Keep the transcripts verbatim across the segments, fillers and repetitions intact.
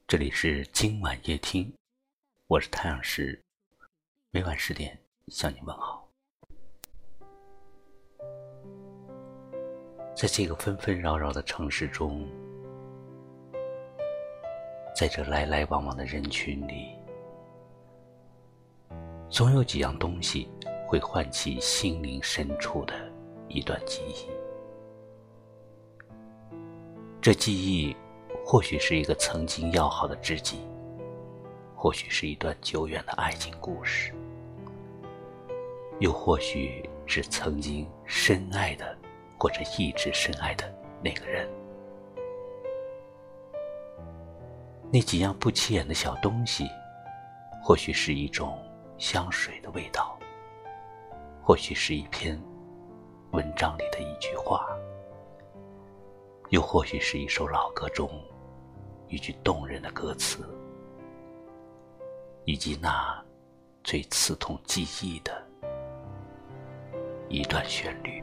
这里是今晚夜听，我是太阳石，每晚十点向你问好。在这个纷纷扰扰的城市中，在这来来往往的人群里，总有几样东西会唤起心灵深处的一段记忆。这记忆或许是一个曾经要好的知己，或许是一段久远的爱情故事，又或许是曾经深爱的或者一直深爱的那个人。那几样不起眼的小东西，或许是一种香水的味道，或许是一篇文章里的一句话，又或许是一首老歌中一句动人的歌词，以及那最刺痛记忆的一段旋律。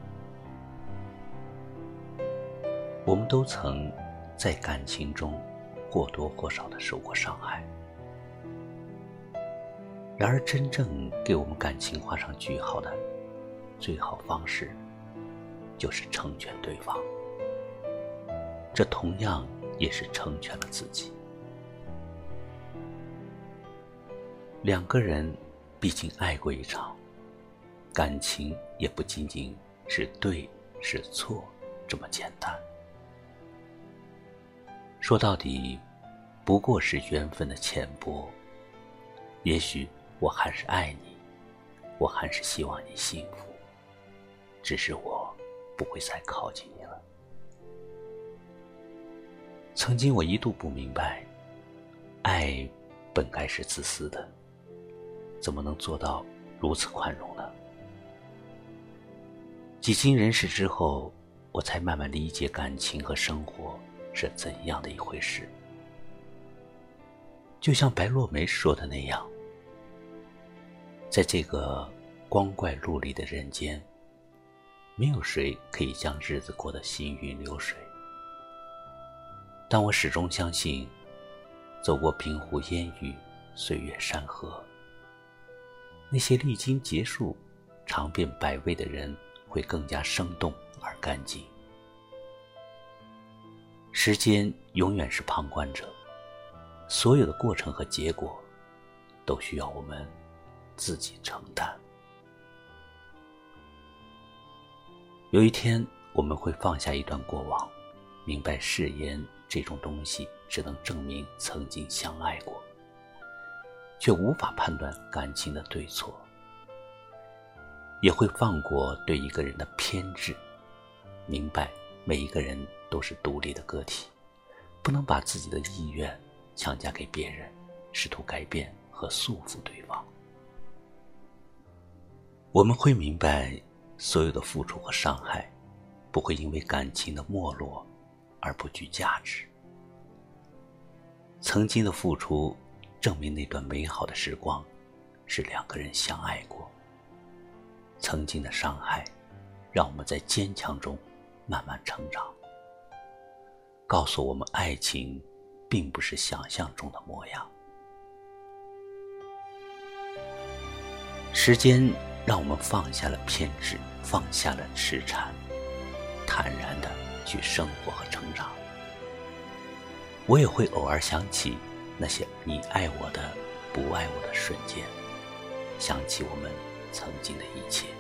我们都曾在感情中或多或少地受过伤害，然而真正给我们感情画上句号的最好方式，就是成全对方，这同样也是成全了自己。两个人毕竟爱过一场，感情也不仅仅是对是错这么简单。说到底，不过是缘分的浅薄。也许我还是爱你，我还是希望你幸福，只是我不会再靠近你了。曾经我一度不明白，爱本该是自私的，怎么能做到如此宽容呢？几经人事之后，我才慢慢理解感情和生活是怎样的一回事。就像白落梅说的那样，在这个光怪陆离的人间，没有谁可以将日子过得行云流水。但我始终相信，走过平湖烟雨，岁月山河，那些历经劫数尝遍百味的人会更加生动而干净。时间永远是旁观者，所有的过程和结果都需要我们自己承担。有一天我们会放下一段过往，明白誓言这种东西只能证明曾经相爱过，却无法判断感情的对错。也会放过对一个人的偏执，明白每一个人都是独立的个体，不能把自己的意愿强加给别人，试图改变和束缚对方。我们会明白，所有的付出和伤害不会因为感情的没落而不具价值。曾经的付出证明那段美好的时光是两个人相爱过，曾经的伤害让我们在坚强中慢慢成长，告诉我们爱情并不是想象中的模样。时间让我们放下了偏执，放下了痴缠，坦然地去生活和成长。我也会偶尔想起那些你爱我的不爱我的瞬间，想起我们曾经的一切。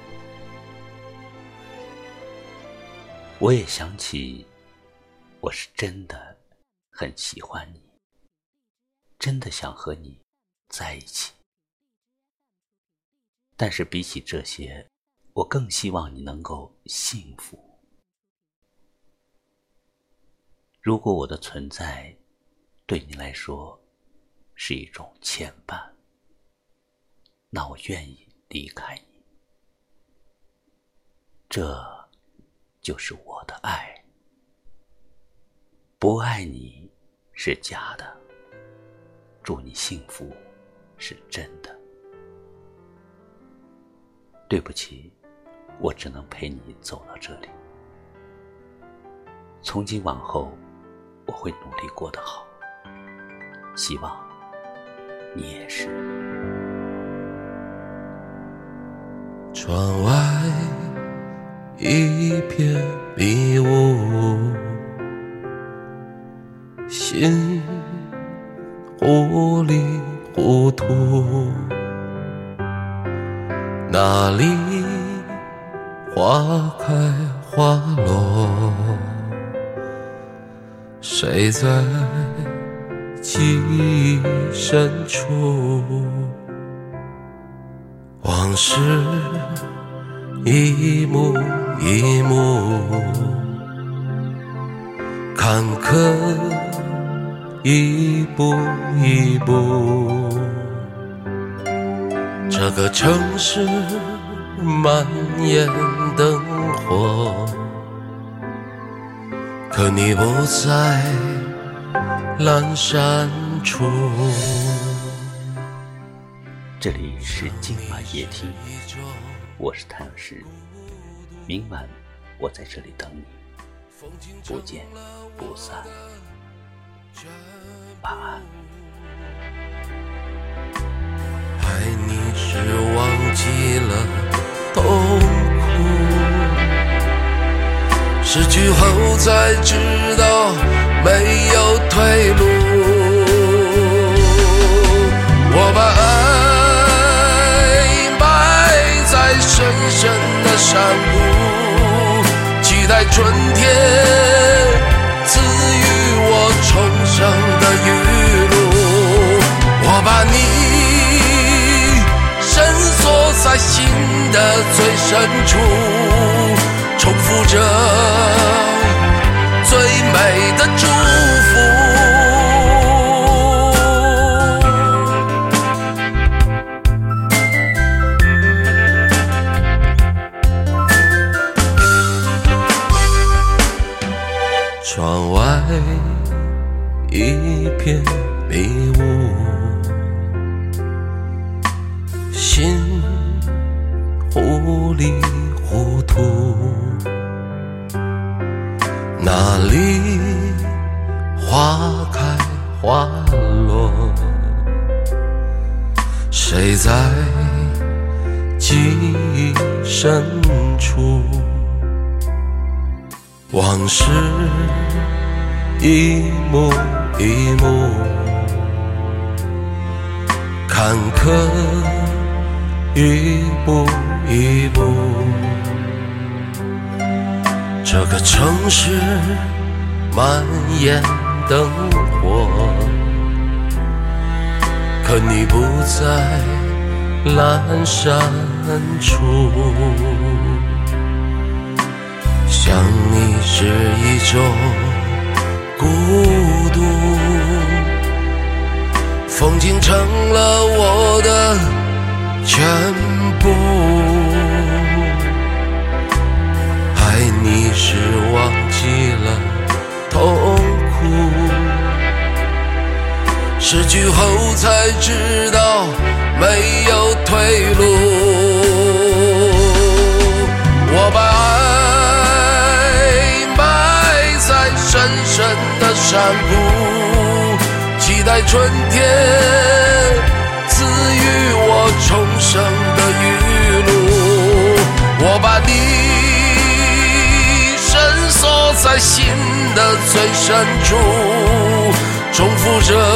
我也想起，我是真的很喜欢你，真的想和你在一起。但是比起这些，我更希望你能够幸福。如果我的存在对你来说是一种牵绊，那我愿意离开你。这就是我的爱。不爱你是假的，祝你幸福是真的。对不起，我只能陪你走到这里。从今往后，我会努力过得好， 希望你也是。 窗外一片迷雾，心糊里糊涂，那里花开花落，谁在记忆深处？往事一幕一幕，坎坷一步一步，这个城市蔓延灯火，可你不在阑珊处。 这里是今晚夜听，我是太阳石，明晚我在这里等你，不见不散，晚安。 爱你是忘记了痛苦，失去后才知道没有退路。我把爱埋在深深的山谷，期待春天赐予我重生的雨露。我把你深锁在心的最深处，重复着最美的祝福。窗外一片迷雾，心糊里糊涂，那里花开花落，谁在记忆深处？往事一幕一幕，坎坷一步一步，这个城市蔓延灯火，可你不在阑珊处。想你是一种孤独，风景成了我的全部。爱你是忘记了痛苦，失去后才知道没有退路。我把爱埋在深深的山谷，期待春天赐予我重生的雨露。我把你深锁在心的最深处，重复着